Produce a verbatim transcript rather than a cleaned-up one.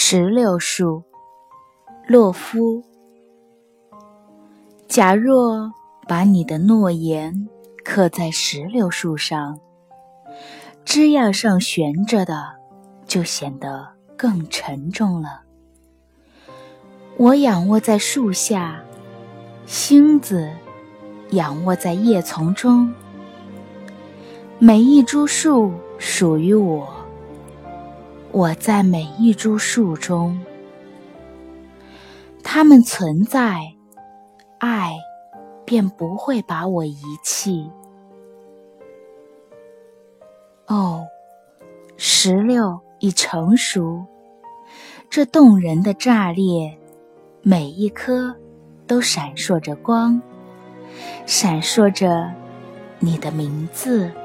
石榴树，洛夫。假若把你的诺言刻在石榴树上，枝桠上悬着的就显得更沉重了。我仰卧在树下，星子仰卧在叶丛中，每一株树属于我，我在每一株树中。它们存在，爱便不会把我遗弃。哦，石榴已成熟，这动人的炸裂，每一颗都闪烁着光，闪烁着你的名字。